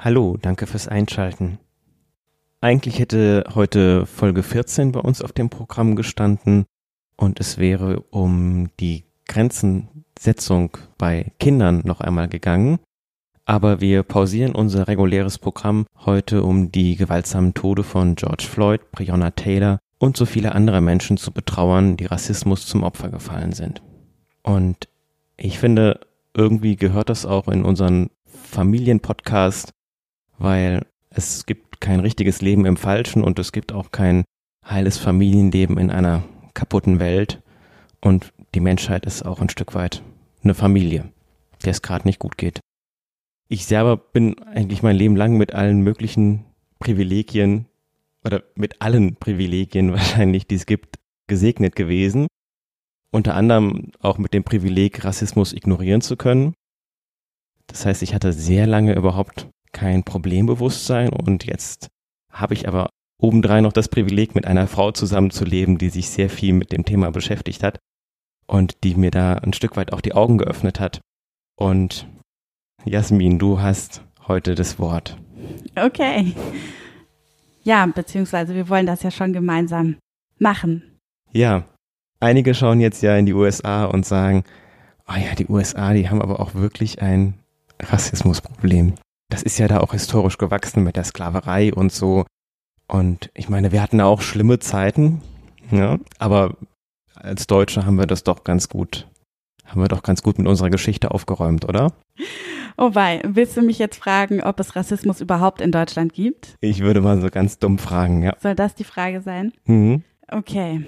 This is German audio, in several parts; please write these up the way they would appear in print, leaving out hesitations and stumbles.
Hallo, danke fürs Einschalten. Eigentlich hätte heute Folge 14 bei uns auf dem Programm gestanden und es wäre um die Grenzensetzung bei Kindern noch einmal gegangen. Aber wir pausieren unser reguläres Programm heute, um die gewaltsamen Tode von George Floyd, Breonna Taylor und so viele andere Menschen zu betrauern, die Rassismus zum Opfer gefallen sind. Und ich finde, irgendwie gehört das auch in unseren Familienpodcast, weil es gibt kein richtiges Leben im Falschen und es gibt auch kein heiles Familienleben in einer kaputten Welt. Und die Menschheit ist auch ein Stück weit eine Familie, der es gerade nicht gut geht. Ich selber bin eigentlich mein Leben lang mit allen möglichen Privilegien oder mit allen Privilegien wahrscheinlich, die es gibt, gesegnet gewesen. Unter anderem auch mit dem Privileg, Rassismus ignorieren zu können. Das heißt, ich hatte sehr lange überhaupt kein Problembewusstsein und jetzt habe ich aber obendrein noch das Privileg, mit einer Frau zusammenzuleben, die sich sehr viel mit dem Thema beschäftigt hat und die mir da ein Stück weit auch die Augen geöffnet hat. Und Jasmin, du hast heute das Wort. Okay. Ja, beziehungsweise wir wollen das ja schon gemeinsam machen. Ja, einige schauen jetzt ja in die USA und sagen, oh ja, die USA, die haben aber auch wirklich ein Rassismusproblem. Das ist ja da auch historisch gewachsen mit der Sklaverei und so. Und ich meine, wir hatten auch schlimme Zeiten, ja, aber als Deutsche haben wir doch ganz gut mit unserer Geschichte aufgeräumt, oder? Oh wei, willst du mich jetzt fragen, ob es Rassismus überhaupt in Deutschland gibt? Ich würde mal so ganz dumm fragen, ja. Soll das die Frage sein? Mhm. Okay.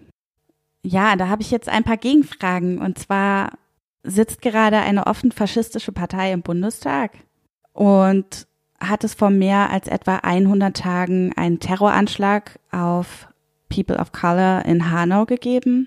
Ja, da habe ich jetzt ein paar Gegenfragen. Und zwar sitzt gerade eine offen faschistische Partei im Bundestag und hat es vor mehr als etwa 100 Tagen einen Terroranschlag auf People of Color in Hanau gegeben?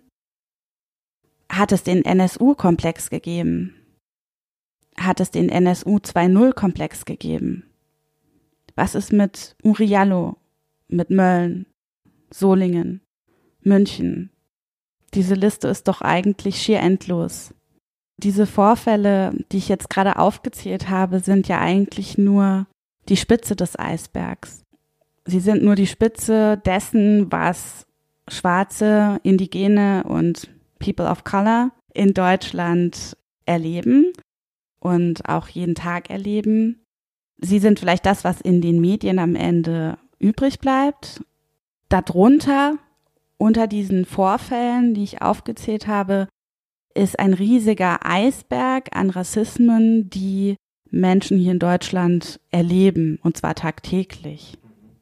Hat es den NSU-Komplex gegeben? Hat es den NSU 2.0-Komplex gegeben? Was ist mit Uriallo, mit Mölln, Solingen, München? Diese Liste ist doch eigentlich schier endlos. Diese Vorfälle, die ich jetzt gerade aufgezählt habe, sind ja eigentlich nur die Spitze des Eisbergs. Sie sind nur die Spitze dessen, was Schwarze, Indigene und People of Color in Deutschland erleben und auch jeden Tag erleben. Sie sind vielleicht das, was in den Medien am Ende übrig bleibt. Darunter, unter diesen Vorfällen, die ich aufgezählt habe, ist ein riesiger Eisberg an Rassismen, die Menschen hier in Deutschland erleben, und zwar tagtäglich.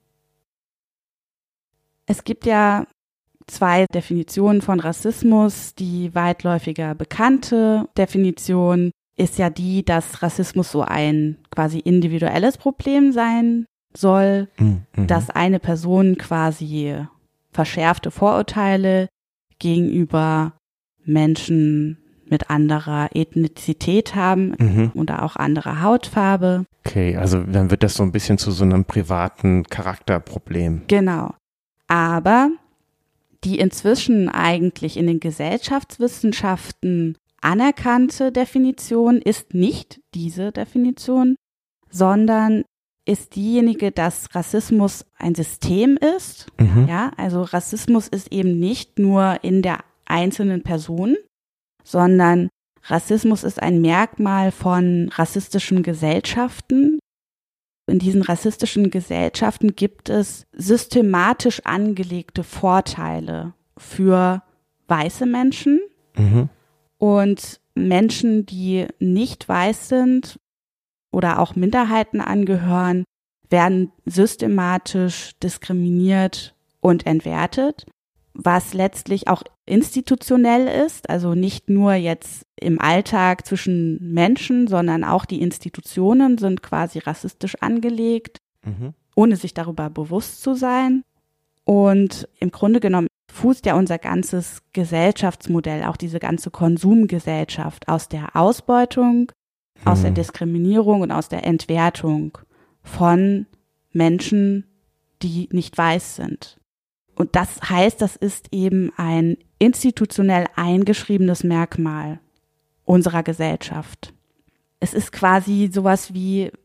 Es gibt ja 2 Definitionen von Rassismus. Die weitläufiger bekannte Definition ist ja die, dass Rassismus so ein quasi individuelles Problem sein soll, dass eine Person quasi verschärfte Vorurteile gegenüber Menschen mit anderer Ethnizität haben oder auch anderer Hautfarbe. Okay, also dann wird das so ein bisschen zu so einem privaten Charakterproblem. Genau. Aber die inzwischen eigentlich in den Gesellschaftswissenschaften anerkannte Definition ist nicht diese Definition, sondern ist diejenige, dass Rassismus ein System ist. Ja, also Rassismus ist eben nicht nur in der einzelnen Person, sondern Rassismus ist ein Merkmal von rassistischen Gesellschaften. In diesen rassistischen Gesellschaften gibt es systematisch angelegte Vorteile für weiße Menschen und Menschen, die nicht weiß sind oder auch Minderheiten angehören, werden systematisch diskriminiert und entwertet, was letztlich auch institutionell ist, also nicht nur jetzt im Alltag zwischen Menschen, sondern auch die Institutionen sind quasi rassistisch angelegt, ohne sich darüber bewusst zu sein. Und im Grunde genommen fußt ja unser ganzes Gesellschaftsmodell, auch diese ganze Konsumgesellschaft, aus der Ausbeutung, aus der Diskriminierung und aus der Entwertung von Menschen, die nicht weiß sind. Und das heißt, das ist eben ein institutionell eingeschriebenes Merkmal unserer Gesellschaft. Es ist quasi sowas wie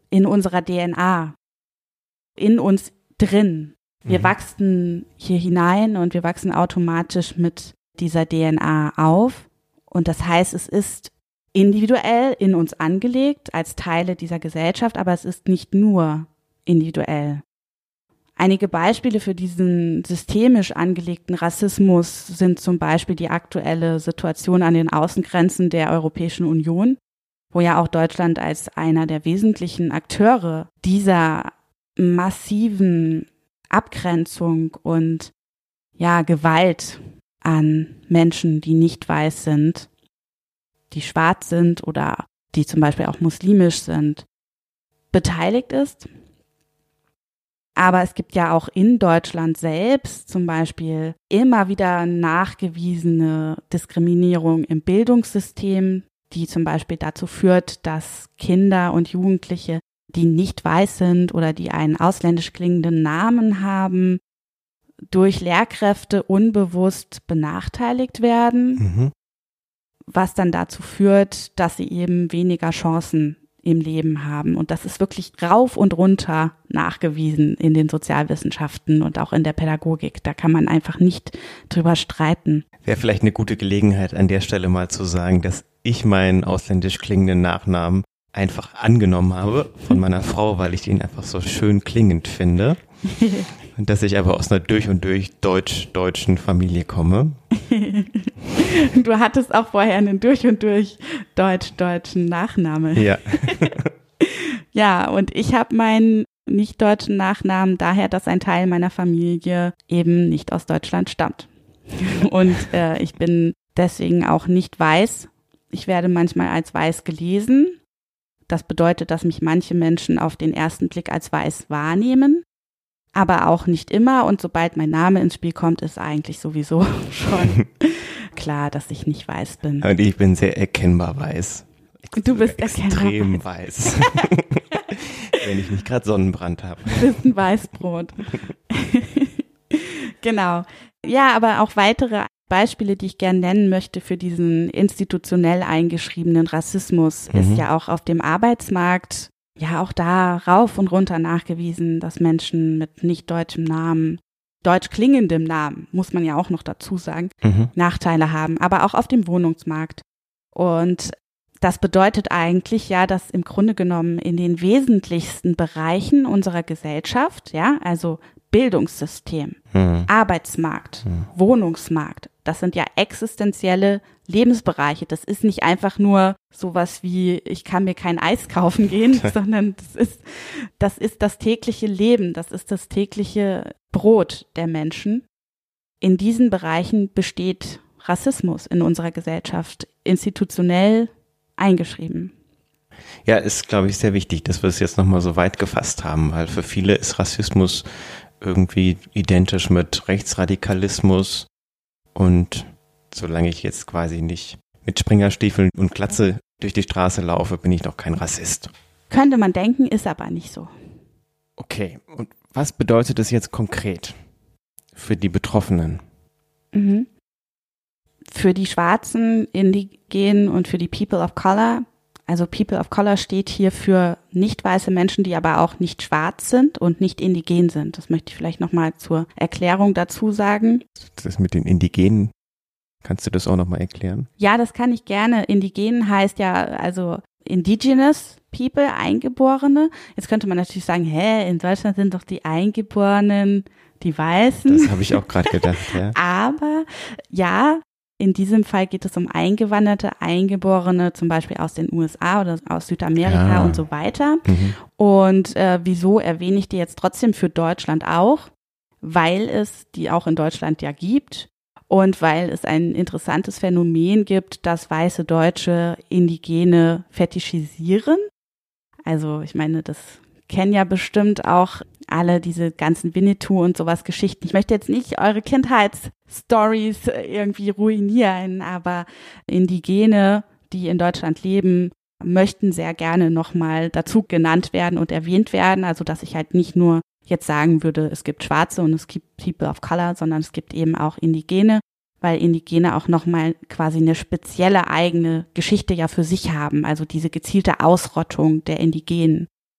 in unserer DNA, in uns drin. Wir wachsen hier hinein und wir wachsen automatisch mit dieser DNA auf. Und das heißt, es ist individuell in uns angelegt als Teile dieser Gesellschaft, aber es ist nicht nur individuell. Einige Beispiele für diesen systemisch angelegten Rassismus sind zum Beispiel die aktuelle Situation an den Außengrenzen der Europäischen Union, wo ja auch Deutschland als einer der wesentlichen Akteure dieser massiven Abgrenzung und Gewalt an Menschen, die nicht weiß sind, die schwarz sind oder die zum Beispiel auch muslimisch sind, beteiligt ist. Aber es gibt ja auch in Deutschland selbst zum Beispiel immer wieder nachgewiesene Diskriminierung im Bildungssystem, die zum Beispiel dazu führt, dass Kinder und Jugendliche, die nicht weiß sind oder die einen ausländisch klingenden Namen haben, durch Lehrkräfte unbewusst benachteiligt werden, was dann dazu führt, dass sie eben weniger Chancen im Leben haben. Und das ist wirklich rauf und runter nachgewiesen in den Sozialwissenschaften und auch in der Pädagogik. Da kann man einfach nicht drüber streiten. Wäre vielleicht eine gute Gelegenheit, an der Stelle mal zu sagen, dass ich meinen ausländisch klingenden Nachnamen einfach angenommen habe von meiner Frau, weil ich ihn einfach so schön klingend finde. Und dass ich aber aus einer durch und durch deutschen Familie komme. Du hattest auch vorher einen durch und durch deutschen Nachnamen. Ja. Ja, und ich habe meinen nicht deutschen Nachnamen daher, dass ein Teil meiner Familie eben nicht aus Deutschland stammt. Und ich bin deswegen auch nicht weiß. Ich werde manchmal als weiß gelesen. Das bedeutet, dass mich manche Menschen auf den ersten Blick als weiß wahrnehmen, aber auch nicht immer. Und sobald mein Name ins Spiel kommt, ist eigentlich sowieso schon klar, dass ich nicht weiß bin. Und ich bin sehr erkennbar weiß. Du bist extrem weiß. Wenn ich nicht gerade Sonnenbrand habe. Du bist ein Weißbrot. Genau. Ja, aber auch weitere Beispiele, die ich gerne nennen möchte für diesen institutionell eingeschriebenen Rassismus, ist ja auch auf dem Arbeitsmarkt, ja auch da rauf und runter nachgewiesen, dass Menschen mit nicht deutschem Namen, deutsch klingendem Namen, muss man ja auch noch dazu sagen, Nachteile haben, aber auch auf dem Wohnungsmarkt. Und das bedeutet eigentlich ja, dass im Grunde genommen in den wesentlichsten Bereichen unserer Gesellschaft, ja, also Bildungssystem, Arbeitsmarkt, Wohnungsmarkt, das sind ja existenzielle Lebensbereiche. Das ist nicht einfach nur sowas wie, ich kann mir kein Eis kaufen gehen, sondern das ist das tägliche Leben, das ist das tägliche Brot der Menschen. In diesen Bereichen besteht Rassismus in unserer Gesellschaft institutionell eingeschrieben. Ja, ist, glaube ich, sehr wichtig, dass wir es jetzt nochmal so weit gefasst haben, weil für viele ist Rassismus irgendwie identisch mit Rechtsradikalismus und solange ich jetzt quasi nicht mit Springerstiefeln und Glatze durch die Straße laufe, bin ich doch kein Rassist. Könnte man denken, ist aber nicht so. Okay, und was bedeutet das jetzt konkret für die Betroffenen? Für die Schwarzen, Indigenen und für die People of Color. Also People of Color steht hier für nicht weiße Menschen, die aber auch nicht schwarz sind und nicht indigen sind. Das möchte ich vielleicht nochmal zur Erklärung dazu sagen. Das mit den Indigenen, kannst du das auch nochmal erklären? Ja, das kann ich gerne. Indigen heißt ja also Indigenous People, Eingeborene. Jetzt könnte man natürlich sagen, in Deutschland sind doch die Eingeborenen die Weißen. Das habe ich auch gerade gedacht, ja. Aber ja, in diesem Fall geht es um eingewanderte, Eingeborene, zum Beispiel aus den USA oder aus Südamerika und so weiter. Und wieso erwähne ich die jetzt trotzdem für Deutschland auch? Weil es die auch in Deutschland ja gibt und weil es ein interessantes Phänomen gibt, dass weiße Deutsche Indigene fetischisieren. Also ich meine, das kennen ja bestimmt auch alle diese ganzen Winnetou und sowas Geschichten. Ich möchte jetzt nicht eure Kindheitsstories irgendwie ruinieren, aber Indigene, die in Deutschland leben, möchten sehr gerne nochmal dazu genannt werden und erwähnt werden. Also dass ich halt nicht nur jetzt sagen würde, es gibt Schwarze und es gibt People of Color, sondern es gibt eben auch Indigene, weil Indigene auch nochmal quasi eine spezielle eigene Geschichte ja für sich haben. Also diese gezielte Ausrottung der Indigenen.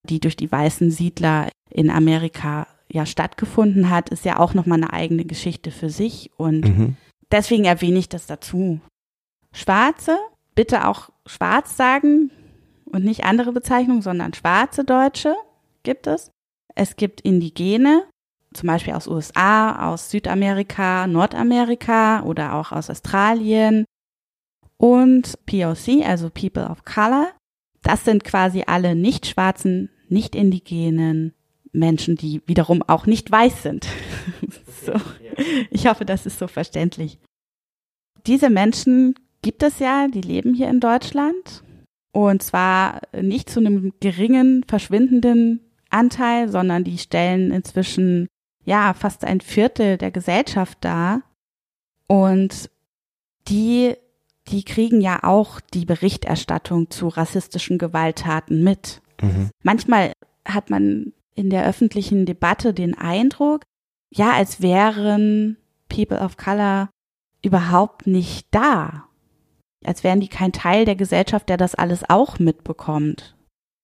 die durch die weißen Siedler in Amerika ja stattgefunden hat, ist ja auch nochmal eine eigene Geschichte für sich und deswegen erwähne ich das dazu. Schwarze, bitte auch schwarz sagen und nicht andere Bezeichnungen, sondern schwarze Deutsche gibt es. Es gibt Indigene, zum Beispiel aus USA, aus Südamerika, Nordamerika oder auch aus Australien und POC, also People of Color. Das sind quasi alle nicht schwarzen, nicht indigenen Menschen, die wiederum auch nicht weiß sind. So. Ich hoffe, das ist so verständlich. Diese Menschen gibt es ja, die leben hier in Deutschland und zwar nicht zu einem geringen, verschwindenden Anteil, sondern die stellen inzwischen ja fast ein Viertel der Gesellschaft dar und die kriegen ja auch die Berichterstattung zu rassistischen Gewalttaten mit. Manchmal hat man in der öffentlichen Debatte den Eindruck, ja, als wären People of Color überhaupt nicht da. Als wären die kein Teil der Gesellschaft, der das alles auch mitbekommt.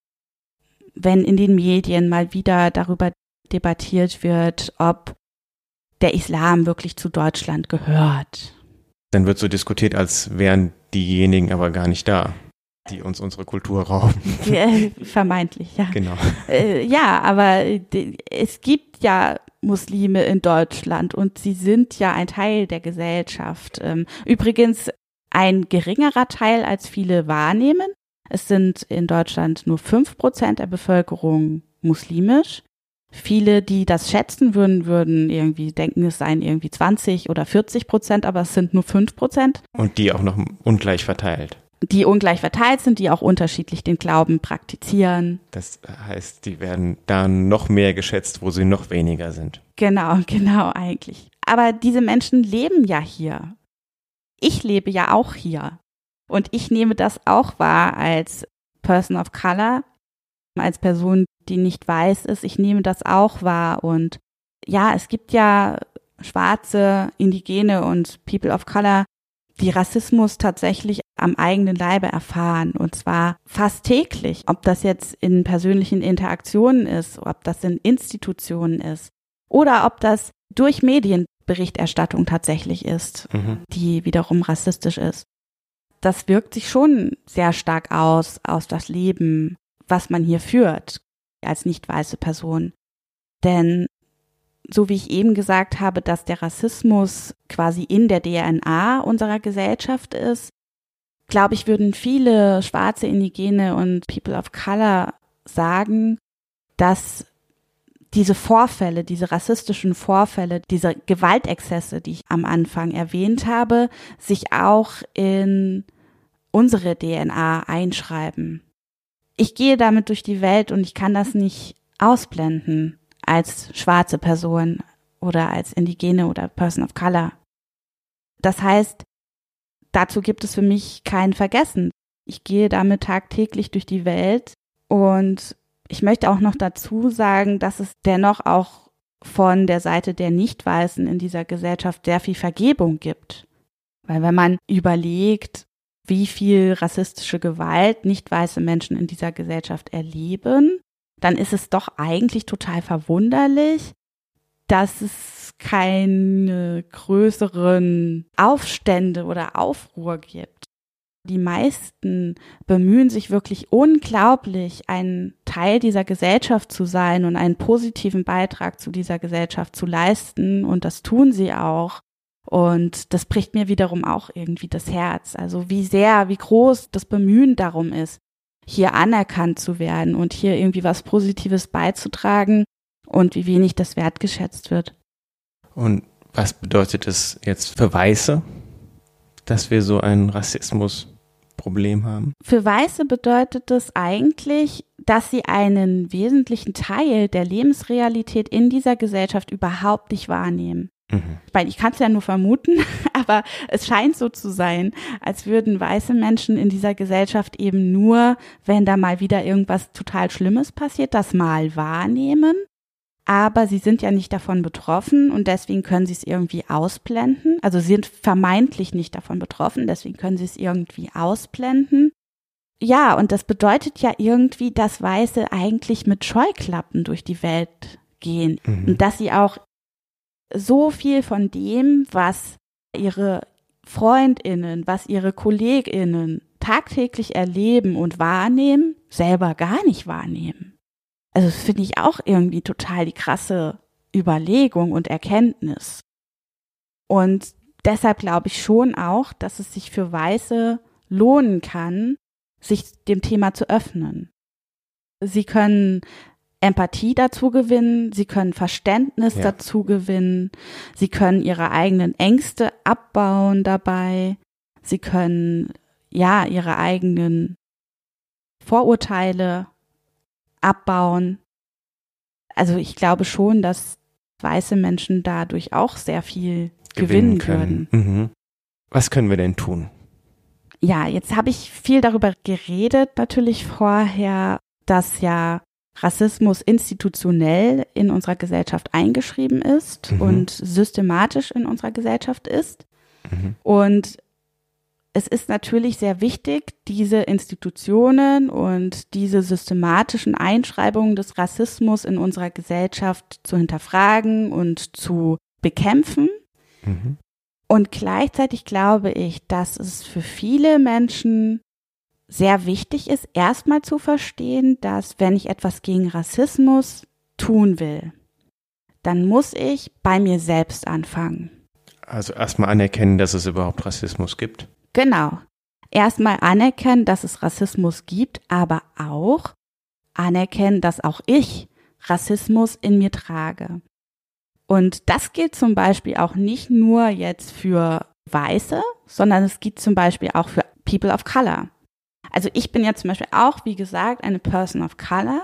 Wenn in den Medien mal wieder darüber debattiert wird, ob der Islam wirklich zu Deutschland gehört. Dann wird so diskutiert, als wären diejenigen aber gar nicht da, die uns unsere Kultur rauben. Vermeintlich, ja. Genau. Ja, aber es gibt ja Muslime in Deutschland und sie sind ja ein Teil der Gesellschaft. Übrigens ein geringerer Teil, als viele wahrnehmen. Es sind in Deutschland nur 5% der Bevölkerung muslimisch. Viele, die das schätzen würden irgendwie denken, es seien irgendwie 20 oder 40%, aber es sind nur 5%. Und die auch noch ungleich verteilt. Die ungleich verteilt sind, die auch unterschiedlich den Glauben praktizieren. Das heißt, die werden da noch mehr geschätzt, wo sie noch weniger sind. Genau eigentlich. Aber diese Menschen leben ja hier. Ich lebe ja auch hier. Und ich nehme das auch wahr als Person of Color, als Person, die nicht weiß ist. Ich nehme das auch wahr. Und ja, es gibt ja Schwarze, Indigene und People of Color, die Rassismus tatsächlich am eigenen Leibe erfahren. Und zwar fast täglich. Ob das jetzt in persönlichen Interaktionen ist, ob das in Institutionen ist oder ob das durch Medienberichterstattung tatsächlich ist, die wiederum rassistisch ist. Das wirkt sich schon sehr stark aus das Leben, was man hier führt als nicht weiße Person. Denn so wie ich eben gesagt habe, dass der Rassismus quasi in der DNA unserer Gesellschaft ist, glaube ich, würden viele Schwarze, Indigene und People of Color sagen, dass diese Vorfälle, diese rassistischen Vorfälle, diese Gewaltexzesse, die ich am Anfang erwähnt habe, sich auch in unsere DNA einschreiben. Ich gehe damit durch die Welt und ich kann das nicht ausblenden als schwarze Person oder als Indigene oder Person of Color. Das heißt, dazu gibt es für mich kein Vergessen. Ich gehe damit tagtäglich durch die Welt und ich möchte auch noch dazu sagen, dass es dennoch auch von der Seite der Nicht-Weißen in dieser Gesellschaft sehr viel Vergebung gibt. Weil wenn man überlegt, wie viel rassistische Gewalt nicht-weiße Menschen in dieser Gesellschaft erleben, dann ist es doch eigentlich total verwunderlich, dass es keine größeren Aufstände oder Aufruhr gibt. Die meisten bemühen sich wirklich unglaublich, ein Teil dieser Gesellschaft zu sein und einen positiven Beitrag zu dieser Gesellschaft zu leisten. Und das tun sie auch. Und das bricht mir wiederum auch irgendwie das Herz. Also wie groß das Bemühen darum ist, hier anerkannt zu werden und hier irgendwie was Positives beizutragen und wie wenig das wertgeschätzt wird. Und was bedeutet es jetzt für Weiße, dass wir so ein Rassismusproblem haben? Für Weiße bedeutet es eigentlich, dass sie einen wesentlichen Teil der Lebensrealität in dieser Gesellschaft überhaupt nicht wahrnehmen. Weil ich kann es ja nur vermuten, aber es scheint so zu sein, als würden weiße Menschen in dieser Gesellschaft eben nur, wenn da mal wieder irgendwas total Schlimmes passiert, das mal wahrnehmen. Aber sie sind ja nicht davon betroffen und deswegen können sie es irgendwie ausblenden. Also sie sind vermeintlich nicht davon betroffen, deswegen können sie es irgendwie ausblenden. Ja, und das bedeutet ja irgendwie, dass Weiße eigentlich mit Scheuklappen durch die Welt gehen und dass sie auch so viel von dem, was ihre FreundInnen, was ihre KollegInnen tagtäglich erleben und wahrnehmen, selber gar nicht wahrnehmen. Also das finde ich auch irgendwie total die krasse Überlegung und Erkenntnis. Und deshalb glaube ich schon auch, dass es sich für Weiße lohnen kann, sich dem Thema zu öffnen. Sie können Empathie dazu gewinnen, sie können Verständnis dazu gewinnen, sie können ihre eigenen Ängste abbauen dabei, sie können ihre eigenen Vorurteile abbauen. Also ich glaube schon, dass weiße Menschen dadurch auch sehr viel gewinnen können. Mhm. Was können wir denn tun? Ja, jetzt habe ich viel darüber geredet, natürlich vorher, dass ja Rassismus institutionell in unserer Gesellschaft eingeschrieben ist und systematisch in unserer Gesellschaft ist. Und es ist natürlich sehr wichtig, diese Institutionen und diese systematischen Einschreibungen des Rassismus in unserer Gesellschaft zu hinterfragen und zu bekämpfen. Und gleichzeitig glaube ich, dass es für viele Menschen sehr wichtig ist, erstmal zu verstehen, dass wenn ich etwas gegen Rassismus tun will, dann muss ich bei mir selbst anfangen. Also erstmal anerkennen, dass es überhaupt Rassismus gibt. Genau. Erstmal anerkennen, dass es Rassismus gibt, aber auch anerkennen, dass auch ich Rassismus in mir trage. Und das gilt zum Beispiel auch nicht nur jetzt für Weiße, sondern es gilt zum Beispiel auch für People of Color. Also ich bin ja zum Beispiel auch, wie gesagt, eine Person of Color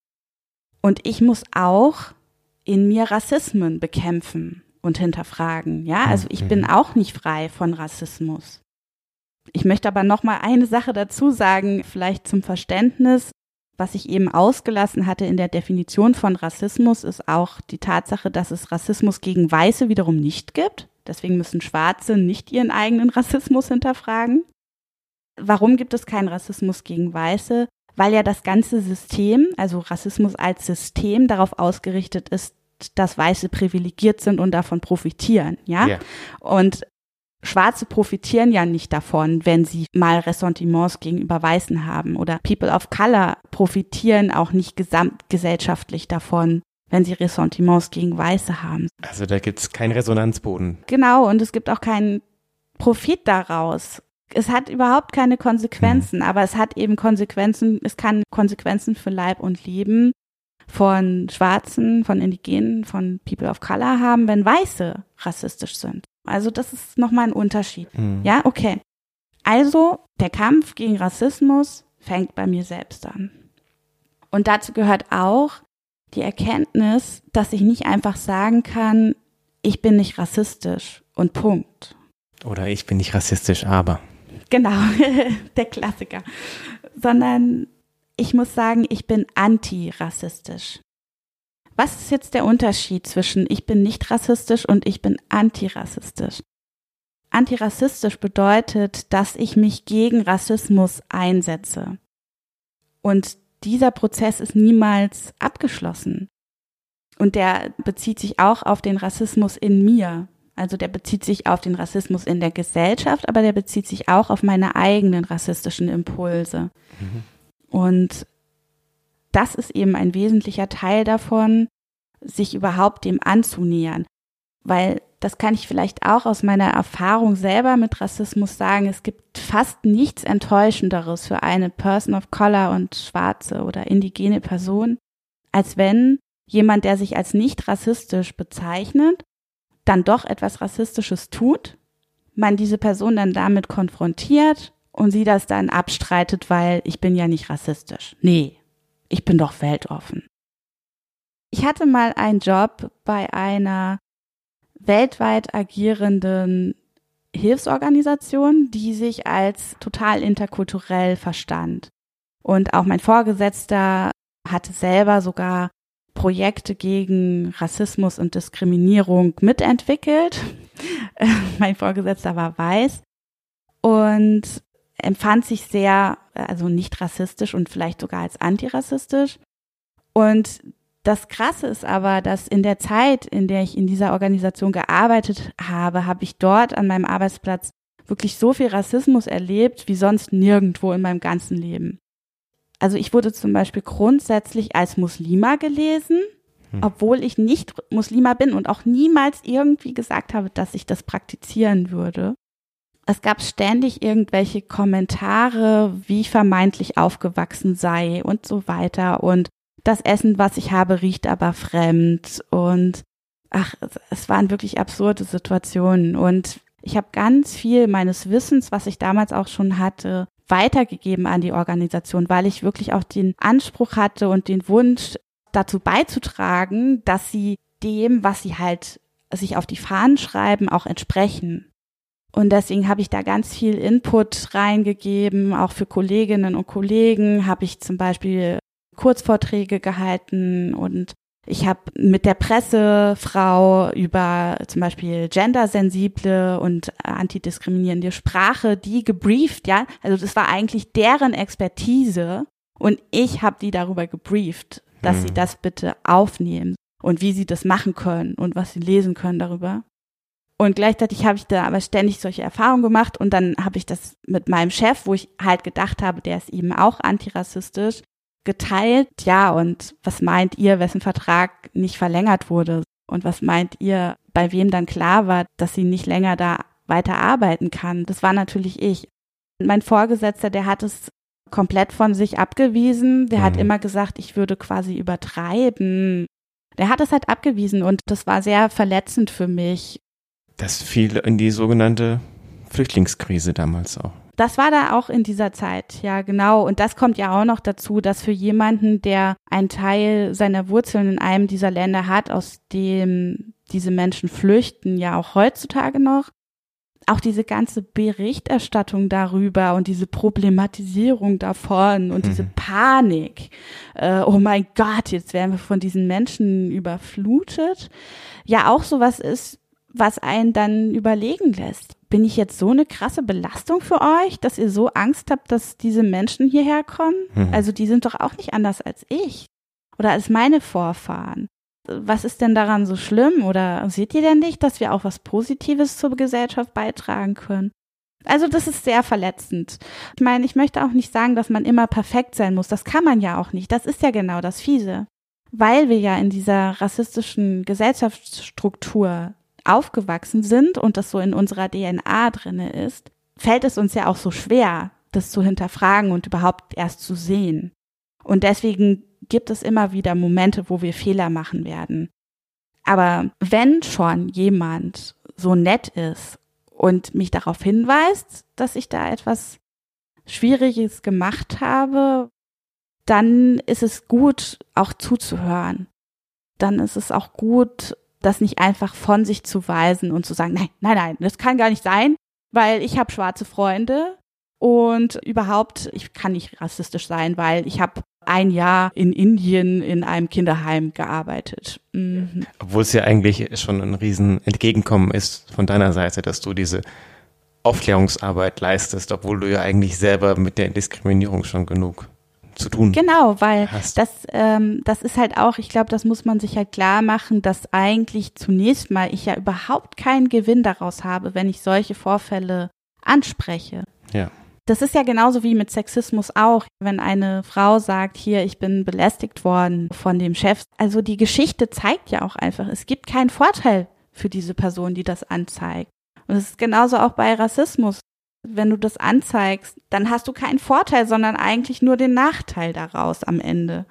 und ich muss auch in mir Rassismen bekämpfen und hinterfragen. Ja, also ich bin auch nicht frei von Rassismus. Ich möchte aber noch mal eine Sache dazu sagen, vielleicht zum Verständnis. Was ich eben ausgelassen hatte in der Definition von Rassismus, ist auch die Tatsache, dass es Rassismus gegen Weiße wiederum nicht gibt. Deswegen müssen Schwarze nicht ihren eigenen Rassismus hinterfragen. Warum gibt es keinen Rassismus gegen Weiße? Weil ja das ganze System, also Rassismus als System, darauf ausgerichtet ist, dass Weiße privilegiert sind und davon profitieren, ja? Ja. Und Schwarze profitieren ja nicht davon, wenn sie mal Ressentiments gegenüber Weißen haben. Oder People of Color profitieren auch nicht gesamtgesellschaftlich davon, wenn sie Ressentiments gegen Weiße haben. Also da gibt es keinen Resonanzboden. Genau, und es gibt auch keinen Profit daraus. Es hat überhaupt keine Konsequenzen, aber es hat eben Konsequenzen, es kann Konsequenzen für Leib und Leben von Schwarzen, von Indigenen, von People of Color haben, wenn Weiße rassistisch sind. Also das ist nochmal ein Unterschied. Ja, okay. Also der Kampf gegen Rassismus fängt bei mir selbst an. Und dazu gehört auch die Erkenntnis, dass ich nicht einfach sagen kann, ich bin nicht rassistisch und Punkt. Oder ich bin nicht rassistisch, aber. Genau, der Klassiker. Sondern ich muss sagen, ich bin antirassistisch. Was ist jetzt der Unterschied zwischen ich bin nicht rassistisch und ich bin antirassistisch? Antirassistisch bedeutet, dass ich mich gegen Rassismus einsetze. Und dieser Prozess ist niemals abgeschlossen. Und der bezieht sich auch auf den Rassismus in mir. Also der bezieht sich auf den Rassismus in der Gesellschaft, aber der bezieht sich auch auf meine eigenen rassistischen Impulse. Und das ist eben ein wesentlicher Teil davon, sich überhaupt dem anzunähern. Weil, das kann ich vielleicht auch aus meiner Erfahrung selber mit Rassismus sagen, es gibt fast nichts Enttäuschenderes für eine Person of Color und schwarze oder indigene Person, als wenn jemand, der sich als nicht rassistisch bezeichnet, dann doch etwas Rassistisches tut, man diese Person dann damit konfrontiert und sie das dann abstreitet, weil ich bin ja nicht rassistisch. Nee, ich bin doch weltoffen. Ich hatte mal einen Job bei einer weltweit agierenden Hilfsorganisation, die sich als total interkulturell verstand. Und auch mein Vorgesetzter hatte selber sogar Projekte gegen Rassismus und Diskriminierung mitentwickelt. Mein Vorgesetzter war weiß. Und empfand sich sehr, also nicht rassistisch und vielleicht sogar als antirassistisch. Und das Krasse ist aber, dass in der Zeit, in der ich in dieser Organisation gearbeitet habe, habe ich dort an meinem Arbeitsplatz wirklich so viel Rassismus erlebt, wie sonst nirgendwo in meinem ganzen Leben. Also ich wurde zum Beispiel grundsätzlich als Muslima gelesen, obwohl ich nicht Muslima bin und auch niemals irgendwie gesagt habe, dass ich das praktizieren würde. Es gab ständig irgendwelche Kommentare, wie ich vermeintlich aufgewachsen sei und so weiter. Und das Essen, was ich habe, riecht aber fremd. Und es waren wirklich absurde Situationen. Und ich habe ganz viel meines Wissens, was ich damals auch schon hatte, weitergegeben an die Organisation, weil ich wirklich auch den Anspruch hatte und den Wunsch, dazu beizutragen, dass sie dem, was sie halt sich auf die Fahnen schreiben, auch entsprechen. Und deswegen habe ich da ganz viel Input reingegeben, auch für Kolleginnen und Kollegen habe ich zum Beispiel Kurzvorträge gehalten und ich habe mit der Pressefrau über zum Beispiel gendersensible und antidiskriminierende Sprache die gebrieft, ja, also das war eigentlich deren Expertise und ich habe die darüber gebrieft, dass sie das bitte aufnehmen und wie sie das machen können und was sie lesen können darüber. Und gleichzeitig habe ich da aber ständig solche Erfahrungen gemacht und dann habe ich das mit meinem Chef, wo ich halt gedacht habe, der ist eben auch antirassistisch, geteilt. Ja, und was meint ihr, wessen Vertrag nicht verlängert wurde? Und was meint ihr, bei wem dann klar war, dass sie nicht länger da weiter arbeiten kann? Das war natürlich ich. Mein Vorgesetzter, der hat es komplett von sich abgewiesen. Der hat immer gesagt, ich würde quasi übertreiben. Der hat es halt abgewiesen und das war sehr verletzend für mich. Das fiel in die sogenannte Flüchtlingskrise damals auch. Das war da auch in dieser Zeit, ja genau. Und das kommt ja auch noch dazu, dass für jemanden, der einen Teil seiner Wurzeln in einem dieser Länder hat, aus dem diese Menschen flüchten, ja auch heutzutage noch, auch diese ganze Berichterstattung darüber und diese Problematisierung davon und diese Panik, oh mein Gott, jetzt werden wir von diesen Menschen überflutet, ja auch sowas ist, was einen dann überlegen lässt. Bin ich jetzt so eine krasse Belastung für euch, dass ihr so Angst habt, dass diese Menschen hierher kommen? Also die sind doch auch nicht anders als ich oder als meine Vorfahren. Was ist denn daran so schlimm? Oder seht ihr denn nicht, dass wir auch was Positives zur Gesellschaft beitragen können? Also das ist sehr verletzend. Ich meine, ich möchte auch nicht sagen, dass man immer perfekt sein muss. Das kann man ja auch nicht. Das ist ja genau das Fiese. Weil wir ja in dieser rassistischen Gesellschaftsstruktur aufgewachsen sind und das so in unserer DNA drinne ist, fällt es uns ja auch so schwer, das zu hinterfragen und überhaupt erst zu sehen. Und deswegen gibt es immer wieder Momente, wo wir Fehler machen werden. Aber wenn schon jemand so nett ist und mich darauf hinweist, dass ich da etwas Schwieriges gemacht habe, dann ist es gut, auch zuzuhören. Dann ist es auch gut, das nicht einfach von sich zu weisen und zu sagen, nein, das kann gar nicht sein, weil ich habe schwarze Freunde und überhaupt, ich kann nicht rassistisch sein, weil ich habe ein Jahr in Indien in einem Kinderheim gearbeitet. Obwohl es ja eigentlich schon ein riesen Entgegenkommen ist von deiner Seite, dass du diese Aufklärungsarbeit leistest, obwohl du ja eigentlich selber mit der Diskriminierung schon genug zu tun hast. Genau, weil das ist halt auch, ich glaube, das muss man sich halt klar machen, dass eigentlich zunächst mal ich ja überhaupt keinen Gewinn daraus habe, wenn ich solche Vorfälle anspreche. Ja. Das ist ja genauso wie mit Sexismus auch, wenn eine Frau sagt, hier, ich bin belästigt worden von dem Chef. Also die Geschichte zeigt ja auch einfach, es gibt keinen Vorteil für diese Person, die das anzeigt. Und es ist genauso auch bei Rassismus. Wenn du das anzeigst, dann hast du keinen Vorteil, sondern eigentlich nur den Nachteil daraus am Ende.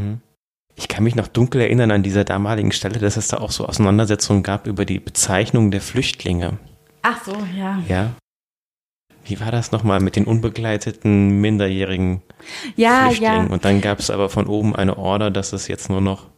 Ich kann mich noch dunkel erinnern an dieser damaligen Stelle, dass es da auch so Auseinandersetzungen gab über die Bezeichnung der Flüchtlinge. Ach so, ja. Ja. Wie war das nochmal mit den unbegleiteten minderjährigen Flüchtlingen? Ja. Und dann gab es aber von oben eine Order, dass es jetzt nur noch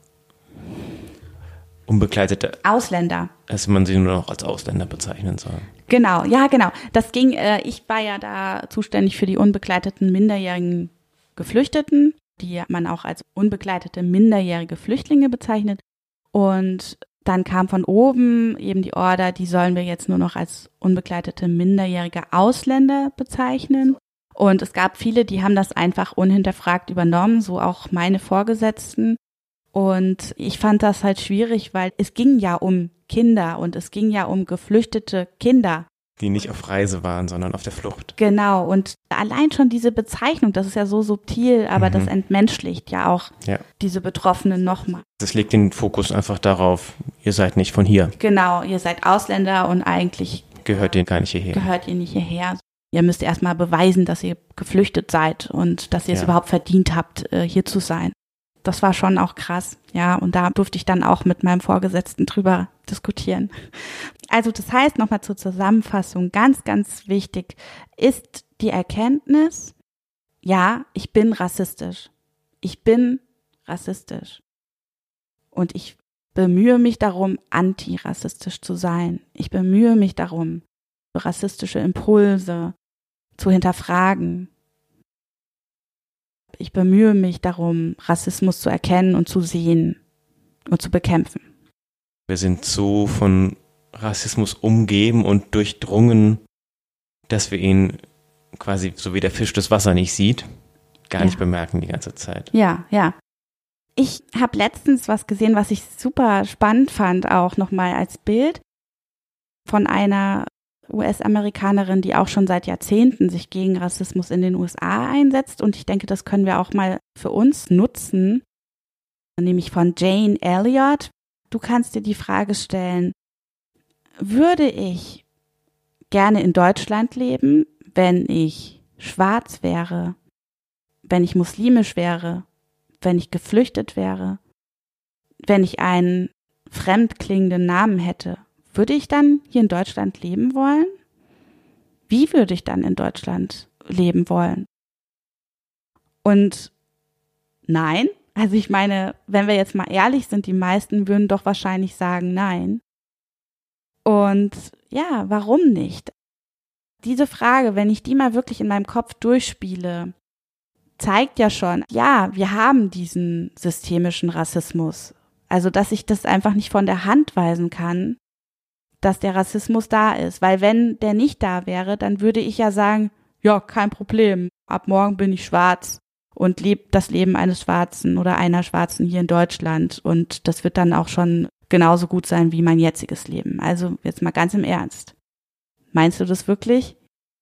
unbegleitete Ausländer, dass man sie nur noch als Ausländer bezeichnen soll. Genau, ja genau. Das ging, ich war ja da zuständig für die unbegleiteten minderjährigen Geflüchteten, die man auch als unbegleitete minderjährige Flüchtlinge bezeichnet. Und dann kam von oben eben die Order, die sollen wir jetzt nur noch als unbegleitete minderjährige Ausländer bezeichnen. Und es gab viele, die haben das einfach unhinterfragt übernommen, so auch meine Vorgesetzten. Und ich fand das halt schwierig, weil es ging ja um Kinder und es ging ja um geflüchtete Kinder. Die nicht auf Reise waren, sondern auf der Flucht. Genau, und allein schon diese Bezeichnung, das ist ja so subtil, aber das entmenschlicht ja auch diese Betroffenen nochmal. Das legt den Fokus einfach darauf, ihr seid nicht von hier. Genau, ihr seid Ausländer und eigentlich gehört ihr gar nicht hierher. Gehört ihr nicht hierher. Ihr müsst erstmal beweisen, dass ihr geflüchtet seid und dass ihr es überhaupt verdient habt, hier zu sein. Das war schon auch krass, ja, und da durfte ich dann auch mit meinem Vorgesetzten drüber diskutieren. Also das heißt, nochmal zur Zusammenfassung, ganz, ganz wichtig ist die Erkenntnis, ja, ich bin rassistisch. Ich bin rassistisch. Und ich bemühe mich darum, antirassistisch zu sein. Ich bemühe mich darum, rassistische Impulse zu hinterfragen. Ich bemühe mich darum, Rassismus zu erkennen und zu sehen und zu bekämpfen. Wir sind so von Rassismus umgeben und durchdrungen, dass wir ihn quasi, so wie der Fisch das Wasser nicht sieht, gar nicht bemerken die ganze Zeit. Ja, ja. Ich habe letztens was gesehen, was ich super spannend fand, auch nochmal als Bild von einer US-Amerikanerin, die auch schon seit Jahrzehnten sich gegen Rassismus in den USA einsetzt. Und ich denke, das können wir auch mal für uns nutzen, nämlich von Jane Elliott. Du kannst dir die Frage stellen, würde ich gerne in Deutschland leben, wenn ich schwarz wäre, wenn ich muslimisch wäre, wenn ich geflüchtet wäre, wenn ich einen fremd klingenden Namen hätte? Würde ich dann hier in Deutschland leben wollen? Wie würde ich dann in Deutschland leben wollen? Und nein, also ich meine, wenn wir jetzt mal ehrlich sind, die meisten würden doch wahrscheinlich sagen nein. Und ja, warum nicht? Diese Frage, wenn ich die mal wirklich in meinem Kopf durchspiele, zeigt ja schon, ja, wir haben diesen systemischen Rassismus. Also, dass ich das einfach nicht von der Hand weisen kann, dass der Rassismus da ist. Weil wenn der nicht da wäre, dann würde ich ja sagen, ja, kein Problem, ab morgen bin ich schwarz und lebe das Leben eines Schwarzen oder einer Schwarzen hier in Deutschland. Und das wird dann auch schon genauso gut sein wie mein jetziges Leben. Also jetzt mal ganz im Ernst. Meinst du das wirklich?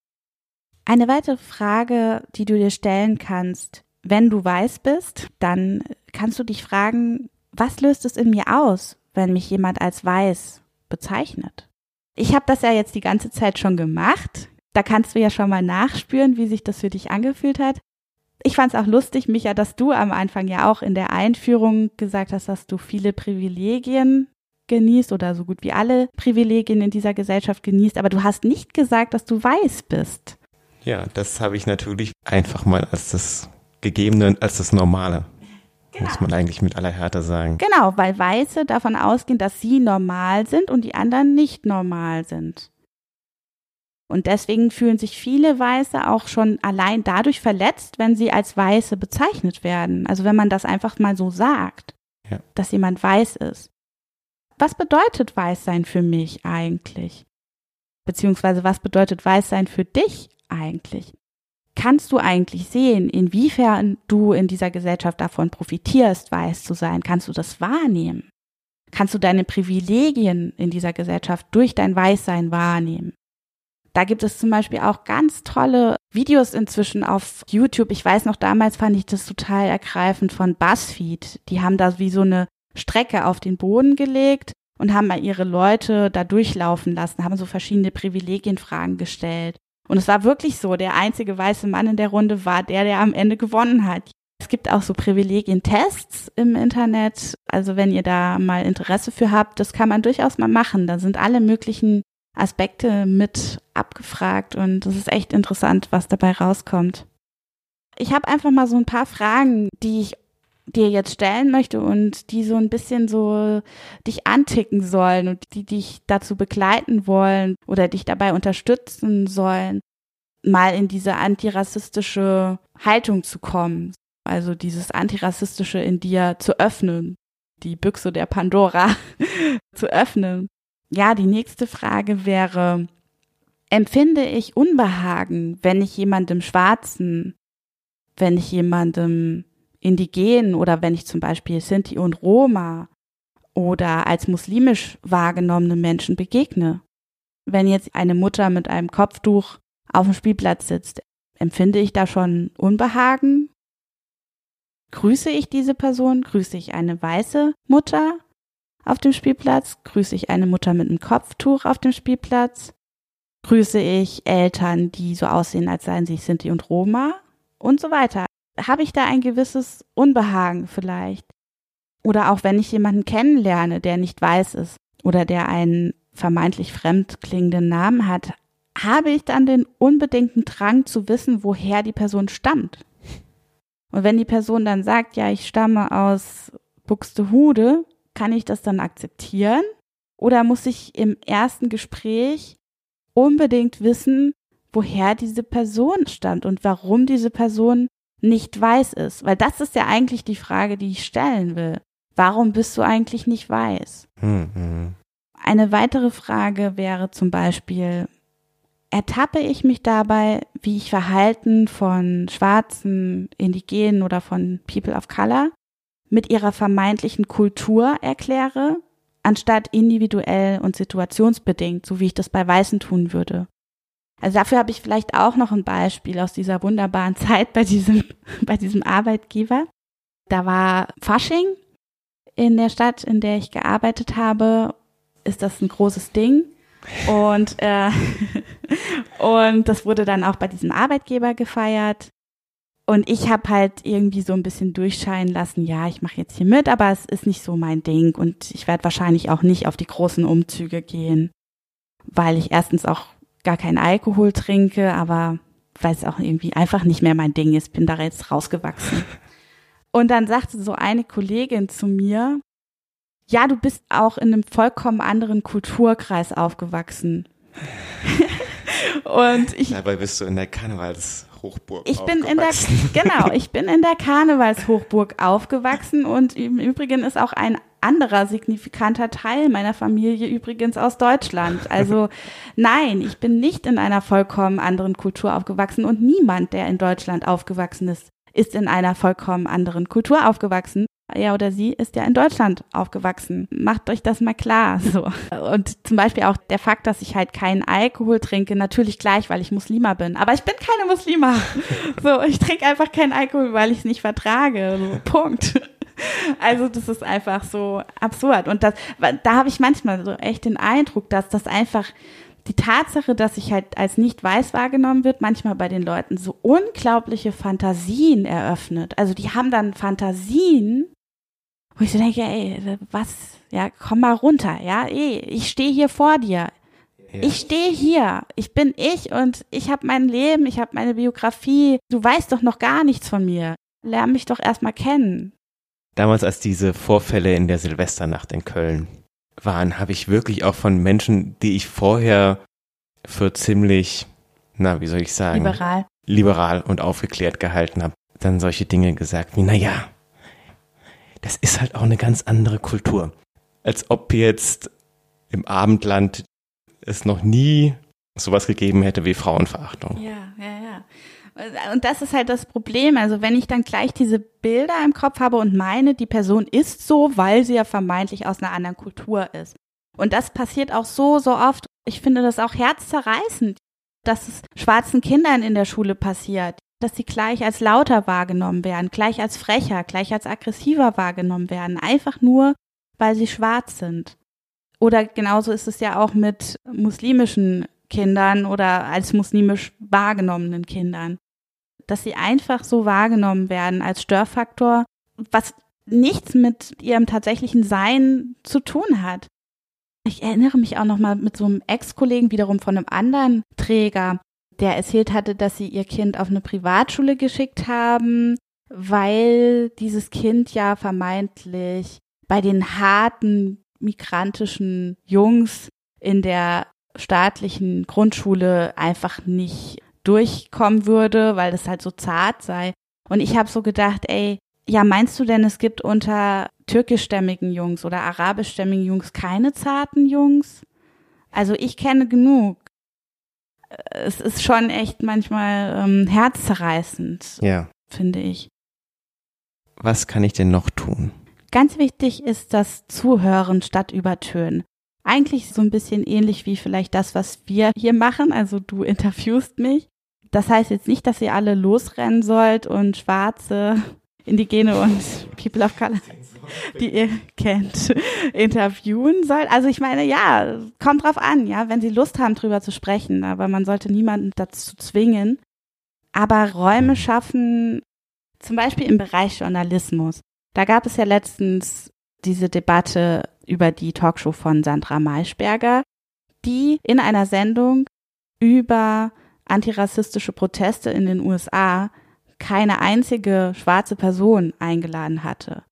Eine weitere Frage, die du dir stellen kannst, wenn du weiß bist, dann kannst du dich fragen, was löst es in mir aus, wenn mich jemand als weiß bezeichnet? Ich habe das ja jetzt die ganze Zeit schon gemacht. Da kannst du ja schon mal nachspüren, wie sich das für dich angefühlt hat. Ich fand es auch lustig, Micha, dass du am Anfang ja auch in der Einführung gesagt hast, dass du viele Privilegien genießt oder so gut wie alle Privilegien in dieser Gesellschaft genießt, aber du hast nicht gesagt, dass du weiß bist. Ja, das habe ich natürlich einfach mal als das Gegebene, als das Normale. Genau. Muss man eigentlich mit aller Härte sagen. Genau, weil Weiße davon ausgehen, dass sie normal sind und die anderen nicht normal sind. Und deswegen fühlen sich viele Weiße auch schon allein dadurch verletzt, wenn sie als Weiße bezeichnet werden. Also wenn man das einfach mal so sagt, dass jemand weiß ist. Was bedeutet Weißsein für mich eigentlich? Beziehungsweise was bedeutet Weißsein für dich eigentlich? Kannst du eigentlich sehen, inwiefern du in dieser Gesellschaft davon profitierst, weiß zu sein? Kannst du das wahrnehmen? Kannst du deine Privilegien in dieser Gesellschaft durch dein Weißsein wahrnehmen? Da gibt es zum Beispiel auch ganz tolle Videos inzwischen auf YouTube. Ich weiß noch, damals fand ich das total ergreifend von BuzzFeed. Die haben da wie so eine Strecke auf den Boden gelegt und haben mal ihre Leute da durchlaufen lassen, haben so verschiedene Privilegienfragen gestellt. Und es war wirklich so, der einzige weiße Mann in der Runde war der am Ende gewonnen hat. Es gibt auch so Privilegientests im Internet. Also wenn ihr da mal Interesse für habt, das kann man durchaus mal machen. Da sind alle möglichen Aspekte mit abgefragt und es ist echt interessant, was dabei rauskommt. Ich habe einfach mal so ein paar Fragen, die ich dir jetzt stellen möchte und die so ein bisschen so dich anticken sollen und die dich dazu begleiten wollen oder dich dabei unterstützen sollen, mal in diese antirassistische Haltung zu kommen. Also dieses Antirassistische in dir zu öffnen, die Büchse der Pandora zu öffnen. Ja, die nächste Frage wäre, empfinde ich Unbehagen, wenn ich jemandem Schwarzen, wenn ich jemandem Indigenen oder wenn ich zum Beispiel Sinti und Roma oder als muslimisch wahrgenommene Menschen begegne. Wenn jetzt eine Mutter mit einem Kopftuch auf dem Spielplatz sitzt, empfinde ich da schon Unbehagen? Grüße ich diese Person? Grüße ich eine weiße Mutter auf dem Spielplatz? Grüße ich eine Mutter mit einem Kopftuch auf dem Spielplatz? Grüße ich Eltern, die so aussehen, als seien sie Sinti und Roma? Und so weiter. Habe ich da ein gewisses Unbehagen vielleicht? Oder auch wenn ich jemanden kennenlerne, der nicht weiß ist oder der einen vermeintlich fremd klingenden Namen hat, habe ich dann den unbedingten Drang zu wissen, woher die Person stammt. Und wenn die Person dann sagt, ja, ich stamme aus Buxtehude, kann ich das dann akzeptieren? Oder muss ich im ersten Gespräch unbedingt wissen, woher diese Person stammt und warum diese Person nicht weiß ist? Weil das ist ja eigentlich die Frage, die ich stellen will. Warum bist du eigentlich nicht weiß? Eine weitere Frage wäre zum Beispiel, ertappe ich mich dabei, wie ich Verhalten von Schwarzen, Indigenen oder von People of Color mit ihrer vermeintlichen Kultur erkläre, anstatt individuell und situationsbedingt, so wie ich das bei Weißen tun würde? Also dafür habe ich vielleicht auch noch ein Beispiel aus dieser wunderbaren Zeit bei diesem Arbeitgeber. Da war Fasching in der Stadt, in der ich gearbeitet habe, ist das ein großes Ding. Und das wurde dann auch bei diesem Arbeitgeber gefeiert. Und ich habe halt irgendwie so ein bisschen durchscheinen lassen, ja, ich mache jetzt hier mit, aber es ist nicht so mein Ding. Und ich werde wahrscheinlich auch nicht auf die großen Umzüge gehen, weil ich erstens auch gar keinen Alkohol trinke, aber weil es auch irgendwie einfach nicht mehr mein Ding ist, bin da jetzt rausgewachsen. Und dann sagte so eine Kollegin zu mir, ja, du bist auch in einem vollkommen anderen Kulturkreis aufgewachsen. Und dabei bist du in der Karnevalshochburg ich bin in der Karnevalshochburg aufgewachsen und im Übrigen ist auch ein anderer signifikanter Teil meiner Familie übrigens aus Deutschland. Also nein, ich bin nicht in einer vollkommen anderen Kultur aufgewachsen und niemand, der in Deutschland aufgewachsen ist, ist in einer vollkommen anderen Kultur aufgewachsen. Er oder sie ist ja in Deutschland aufgewachsen. Macht euch das mal klar. So. Und zum Beispiel auch der Fakt, dass ich halt keinen Alkohol trinke, natürlich gleich, weil ich Muslima bin. Aber ich bin keine Muslima. So, ich trinke einfach keinen Alkohol, weil ich es nicht vertrage. So, Punkt. Also das ist einfach so absurd. Und da habe ich manchmal so echt den Eindruck, dass das einfach die Tatsache, dass ich halt als nicht weiß wahrgenommen wird, manchmal bei den Leuten so unglaubliche Fantasien eröffnet. Also die haben dann Fantasien, wo ich so denke, ey, was, ja, komm mal runter, ja, ich stehe hier vor dir. Ja. Ich stehe hier, ich bin ich und ich habe mein Leben, ich habe meine Biografie. Du weißt doch noch gar nichts von mir. Lern mich doch erstmal kennen. Damals, als diese Vorfälle in der Silvesternacht in Köln waren, habe ich wirklich auch von Menschen, die ich vorher für ziemlich, wie soll ich sagen, liberal und aufgeklärt gehalten habe, dann solche Dinge gesagt wie, naja, das ist halt auch eine ganz andere Kultur. Als ob jetzt im Abendland es noch nie sowas gegeben hätte wie Frauenverachtung. Ja. Und das ist halt das Problem. Also wenn ich dann gleich diese Bilder im Kopf habe und meine, die Person ist so, weil sie ja vermeintlich aus einer anderen Kultur ist. Und das passiert auch so oft. Ich finde das auch herzzerreißend, dass es schwarzen Kindern in der Schule passiert, dass sie gleich als lauter wahrgenommen werden, gleich als frecher, gleich als aggressiver wahrgenommen werden, einfach nur, weil sie schwarz sind. Oder genauso ist es ja auch mit muslimischen Kindern oder als muslimisch wahrgenommenen Kindern, dass sie einfach so wahrgenommen werden als Störfaktor, was nichts mit ihrem tatsächlichen Sein zu tun hat. Ich erinnere mich auch noch mal mit so einem Ex-Kollegen wiederum von einem anderen Träger, der erzählt hatte, dass sie ihr Kind auf eine Privatschule geschickt haben, weil dieses Kind ja vermeintlich bei den harten migrantischen Jungs in der staatlichen Grundschule einfach nicht durchkommen würde, weil das halt so zart sei. Und ich habe so gedacht, ey, ja, meinst du denn, es gibt unter türkischstämmigen Jungs oder arabischstämmigen Jungs keine zarten Jungs? Also ich kenne genug. es ist schon echt manchmal herzzerreißend, finde ich. Was kann ich denn noch tun? Ganz wichtig ist das Zuhören statt Übertönen. Eigentlich so ein bisschen ähnlich wie vielleicht das, was wir hier machen. Also du interviewst mich. Das heißt jetzt nicht, dass ihr alle losrennen sollt und Schwarze, Indigene und People of Color, die ihr kennt, interviewen sollt. Also ich meine, ja, kommt drauf an, ja, wenn sie Lust haben, drüber zu sprechen. Aber man sollte niemanden dazu zwingen. Aber Räume schaffen, zum Beispiel im Bereich Journalismus. Da gab es ja letztens diese Debatte über die Talkshow von Sandra Maischberger, die in einer Sendung über antirassistische Proteste in den USA keine einzige schwarze Person eingeladen hatte.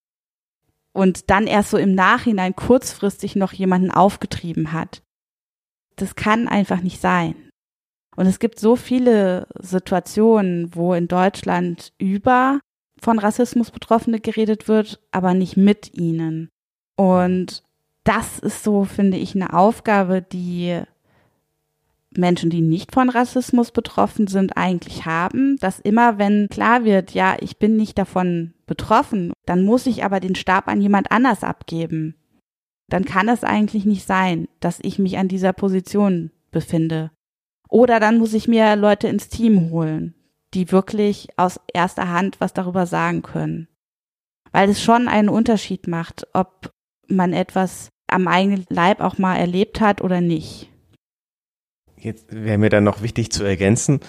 Und dann erst so im Nachhinein kurzfristig noch jemanden aufgetrieben hat. Das kann einfach nicht sein. Und es gibt so viele Situationen, wo in Deutschland über von Rassismus Betroffene geredet wird, aber nicht mit ihnen. Und das ist so, finde ich, eine Aufgabe, die Menschen, die nicht von Rassismus betroffen sind, eigentlich haben, dass immer, wenn klar wird, ja, ich bin nicht davon betroffen, dann muss ich aber den Stab an jemand anders abgeben. Dann kann es eigentlich nicht sein, dass ich mich an dieser Position befinde. Oder dann muss ich mir Leute ins Team holen, die wirklich aus erster Hand was darüber sagen können. Weil es schon einen Unterschied macht, ob man etwas am eigenen Leib auch mal erlebt hat oder nicht. Jetzt wäre mir dann noch wichtig zu ergänzen,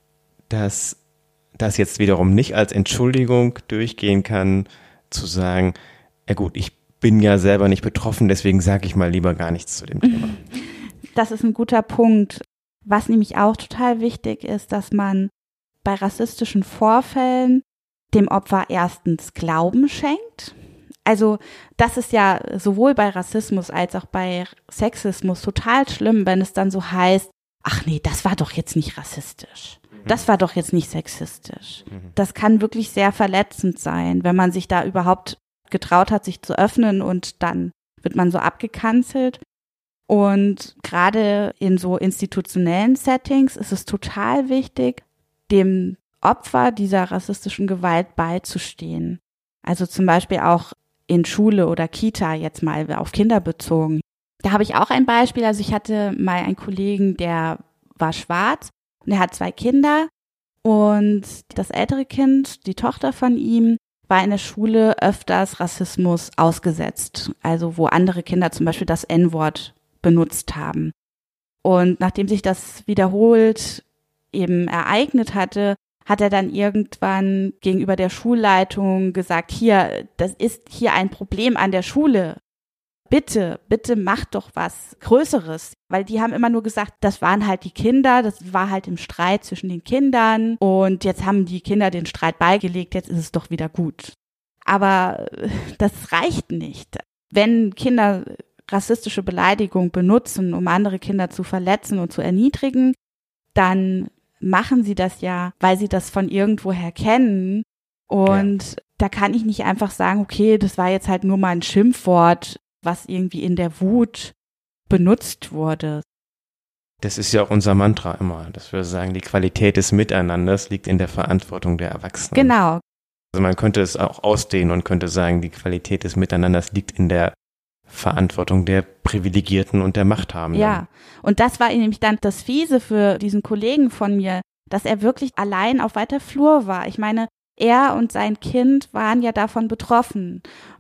dass das jetzt wiederum nicht als Entschuldigung durchgehen kann, zu sagen, ja gut, ich bin ja selber nicht betroffen, deswegen sage ich mal lieber gar nichts zu dem Thema. Das ist ein guter Punkt. Was nämlich auch total wichtig ist, dass man bei rassistischen Vorfällen dem Opfer erstens Glauben schenkt. Also das ist ja sowohl bei Rassismus als auch bei Sexismus total schlimm, wenn es dann so heißt, ach nee, das war doch jetzt nicht rassistisch. Das war doch jetzt nicht sexistisch. Das kann wirklich sehr verletzend sein, wenn man sich da überhaupt getraut hat, sich zu öffnen und dann wird man so abgekanzelt. Und gerade in so institutionellen Settings ist es total wichtig, dem Opfer dieser rassistischen Gewalt beizustehen. Also zum Beispiel auch in Schule oder Kita, jetzt mal auf Kinder bezogen. Da habe ich auch ein Beispiel. Also ich hatte mal einen Kollegen, der war schwarz und er hat 2 Kinder. Und das ältere Kind, die Tochter von ihm, war in der Schule öfters Rassismus ausgesetzt. Also wo andere Kinder zum Beispiel das N-Wort benutzt haben. Und nachdem sich das wiederholt eben ereignet hatte, hat er dann irgendwann gegenüber der Schulleitung gesagt, hier, das ist hier ein Problem an der Schule. Bitte, bitte macht doch was Größeres. Weil die haben immer nur gesagt, das waren halt die Kinder, das war halt im Streit zwischen den Kindern und jetzt haben die Kinder den Streit beigelegt, jetzt ist es doch wieder gut. Aber das reicht nicht. Wenn Kinder rassistische Beleidigung benutzen, um andere Kinder zu verletzen und zu erniedrigen, dann machen sie das ja, weil sie das von irgendwoher kennen. Und da kann ich nicht einfach sagen, okay, das war jetzt halt nur mal ein Schimpfwort, was irgendwie in der Wut benutzt wurde. Das ist ja auch unser Mantra immer, dass wir sagen, die Qualität des Miteinanders liegt in der Verantwortung der Erwachsenen. Genau. Also man könnte es auch ausdehnen und könnte sagen, die Qualität des Miteinanders liegt in der Verantwortung der Privilegierten und der Machthabenden. Ja, und das war nämlich dann das Fiese für diesen Kollegen von mir, dass er wirklich allein auf weiter Flur war. Ich meine, er und sein Kind waren ja davon betroffen.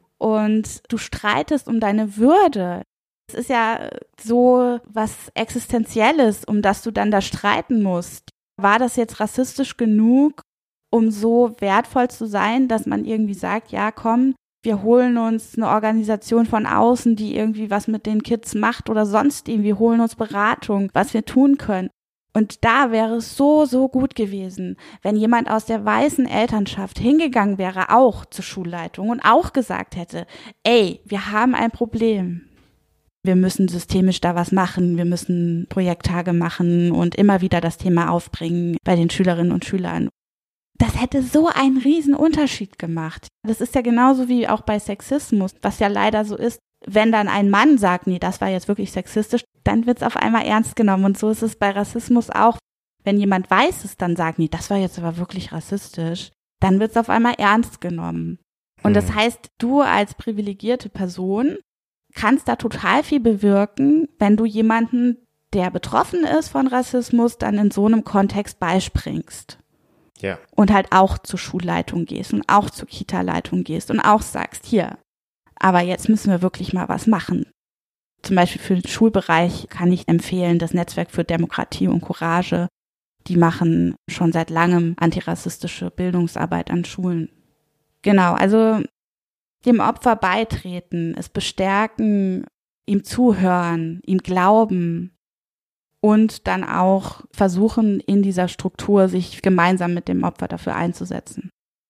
Und du streitest um deine Würde. Es ist ja so was Existenzielles, um das du dann da streiten musst. War das jetzt rassistisch genug, um so wertvoll zu sein, dass man irgendwie sagt, ja komm, wir holen uns eine Organisation von außen, die irgendwie was mit den Kids macht oder sonst irgendwie, holen uns Beratung, was wir tun können. Und da wäre es so, so gut gewesen, wenn jemand aus der weißen Elternschaft hingegangen wäre, auch zur Schulleitung und auch gesagt hätte, ey, wir haben ein Problem. Wir müssen systemisch da was machen, wir müssen Projekttage machen und immer wieder das Thema aufbringen bei den Schülerinnen und Schülern. Das hätte so einen riesen Unterschied gemacht. Das ist ja genauso wie auch bei Sexismus, was ja leider so ist. wenn dann ein Mann sagt, nee, das war jetzt wirklich sexistisch, dann wird es auf einmal ernst genommen. Und so ist es bei Rassismus auch. Wenn jemand weiß es, dann sagt, nee, das war jetzt aber wirklich rassistisch, dann wird es auf einmal ernst genommen. Und das heißt, du als privilegierte Person kannst da total viel bewirken, wenn du jemanden, der betroffen ist von Rassismus, dann in so einem Kontext beispringst. Ja. Und halt auch zur Schulleitung gehst und auch zur Kita-Leitung gehst und auch sagst, hier, aber jetzt müssen wir wirklich mal was machen. Zum Beispiel für den Schulbereich kann ich empfehlen, das Netzwerk für Demokratie und Courage. Die machen schon seit langem antirassistische Bildungsarbeit an Schulen. Genau, also dem Opfer beitreten, es bestärken, ihm zuhören, ihm glauben und dann auch versuchen, in dieser Struktur sich gemeinsam mit dem Opfer dafür einzusetzen.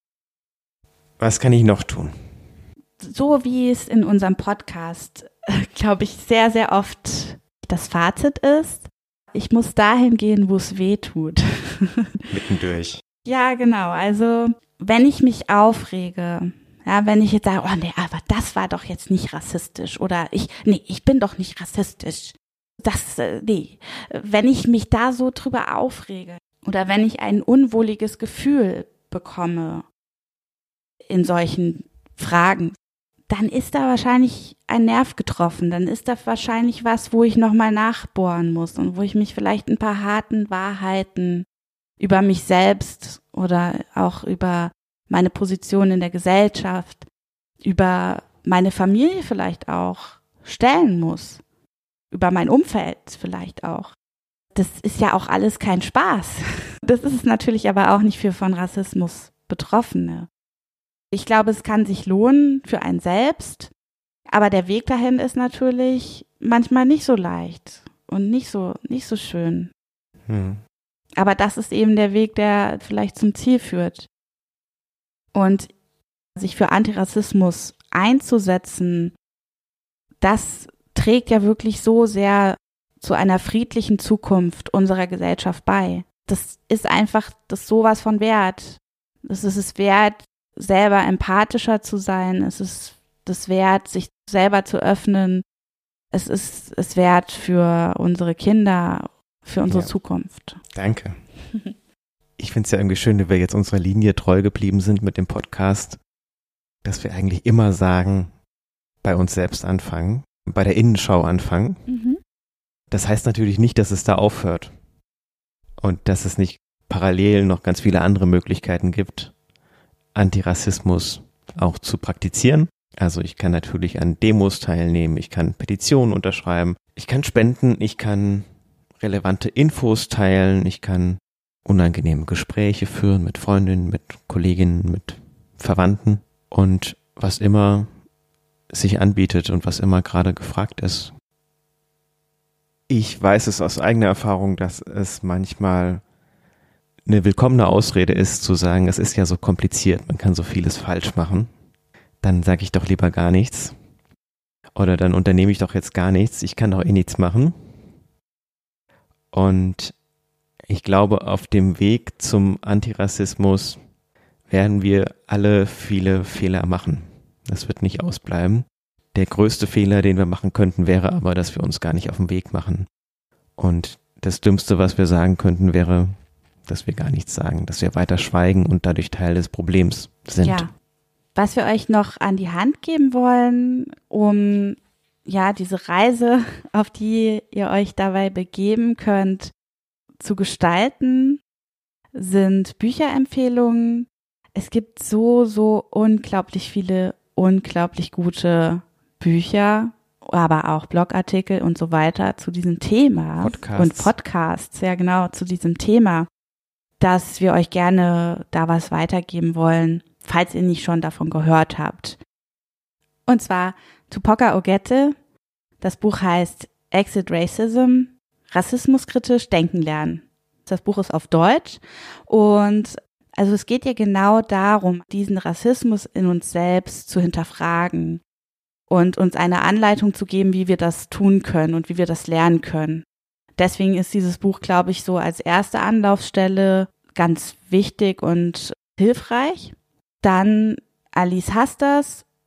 Was kann ich noch tun? So wie es in unserem Podcast, glaube ich, sehr, sehr oft das Fazit ist, ich muss dahin gehen, wo es weh tut. Mittendurch. Ja, genau. Also, wenn ich mich aufrege, ja, wenn ich jetzt sage, oh nee, aber das war doch jetzt nicht rassistisch oder ich bin doch nicht rassistisch. Nee. Wenn ich mich da so drüber aufrege oder wenn ich ein unwohliges Gefühl bekomme in solchen Fragen, dann ist da wahrscheinlich ein Nerv getroffen, dann ist da wahrscheinlich was, wo ich nochmal nachbohren muss und wo ich mich vielleicht ein paar harten Wahrheiten über mich selbst oder auch über meine Position in der Gesellschaft, über meine Familie vielleicht auch stellen muss, über mein Umfeld vielleicht auch. Das ist ja auch alles kein Spaß. Das ist es natürlich aber auch nicht für von Rassismus Betroffene. Ich glaube, es kann sich lohnen für einen selbst, aber der Weg dahin ist natürlich manchmal nicht so leicht und nicht so schön. Aber das ist eben der Weg, der vielleicht zum Ziel führt. Und sich für Antirassismus einzusetzen, das trägt ja wirklich so sehr zu einer friedlichen Zukunft unserer Gesellschaft bei. Das ist einfach das sowas von wert. Das ist es wert, selber empathischer zu sein. Es ist das wert, sich selber zu öffnen. Es ist es wert für unsere Kinder, für unsere Zukunft. Danke. Ich finde es ja irgendwie schön, dass wir jetzt unserer Linie treu geblieben sind mit dem Podcast, dass wir eigentlich immer sagen, bei uns selbst anfangen, bei der Innenschau anfangen. Das heißt natürlich nicht, dass es da aufhört und dass es nicht parallel noch ganz viele andere Möglichkeiten gibt, Antirassismus auch zu praktizieren. Also ich kann natürlich an Demos teilnehmen, ich kann Petitionen unterschreiben, ich kann spenden, ich kann relevante Infos teilen, ich kann unangenehme Gespräche führen mit Freundinnen, mit Kolleginnen, mit Verwandten und was immer sich anbietet und was immer gerade gefragt ist. Ich weiß es aus eigener Erfahrung, dass es manchmal eine willkommene Ausrede ist, zu sagen, es ist ja so kompliziert, man kann so vieles falsch machen. Dann sage ich doch lieber gar nichts. Oder dann unternehme ich doch jetzt gar nichts, ich kann doch eh nichts machen. Und ich glaube, auf dem Weg zum Antirassismus werden wir alle viele Fehler machen. Das wird nicht ausbleiben. Der größte Fehler, den wir machen könnten, wäre aber, dass wir uns gar nicht auf den Weg machen. Und das Dümmste, was wir sagen könnten, wäre, dass wir gar nichts sagen, dass wir weiter schweigen und dadurch Teil des Problems sind. Ja. Was wir euch noch an die Hand geben wollen, um diese Reise, auf die ihr euch dabei begeben könnt, zu gestalten, sind Bücherempfehlungen. Es gibt so unglaublich viele, unglaublich gute Bücher, aber auch Blogartikel und so weiter zu diesem Thema. Podcasts, ja genau, zu diesem Thema, dass wir euch gerne da was weitergeben wollen, falls ihr nicht schon davon gehört habt. Und zwar Tupoka Ogette. Das Buch heißt Exit Racism, rassismuskritisch denken lernen. Das Buch ist auf Deutsch und also es geht ja genau darum, diesen Rassismus in uns selbst zu hinterfragen und uns eine Anleitung zu geben, wie wir das tun können und wie wir das lernen können. Deswegen ist dieses Buch, glaube ich, so als erste Anlaufstelle ganz wichtig und hilfreich. Dann Alice Hasters,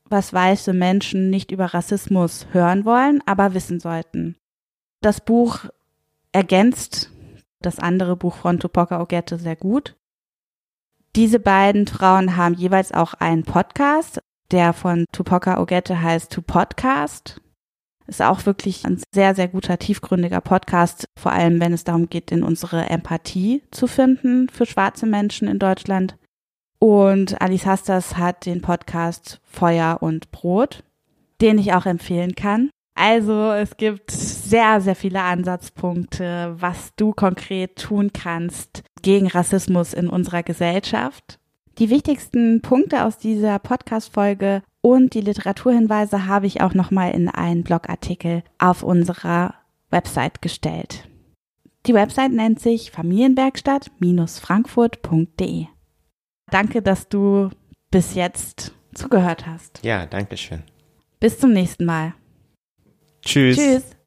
was weiße Menschen nicht über Rassismus hören wollen, aber wissen sollten. Das Buch ergänzt das andere Buch von Tupoka Ogette sehr gut. Diese beiden Frauen haben jeweils auch einen Podcast. Der von Tupoka Ogette heißt To Podcast. Ist auch wirklich ein sehr, sehr guter, tiefgründiger Podcast, vor allem wenn es darum geht, in unsere Empathie zu finden für schwarze Menschen in Deutschland. Und Alice Hastas hat den Podcast Feuer und Brot, den ich auch empfehlen kann. Also es gibt sehr, sehr viele Ansatzpunkte, was du konkret tun kannst gegen Rassismus in unserer Gesellschaft. Die wichtigsten Punkte aus dieser Podcast-Folge und die Literaturhinweise habe ich auch nochmal in einen Blogartikel auf unserer Website gestellt. Die Website nennt sich familienwerkstatt-frankfurt.de. Danke, dass du bis jetzt zugehört hast. Ja, danke schön. Bis zum nächsten Mal. Tschüss. Tschüss.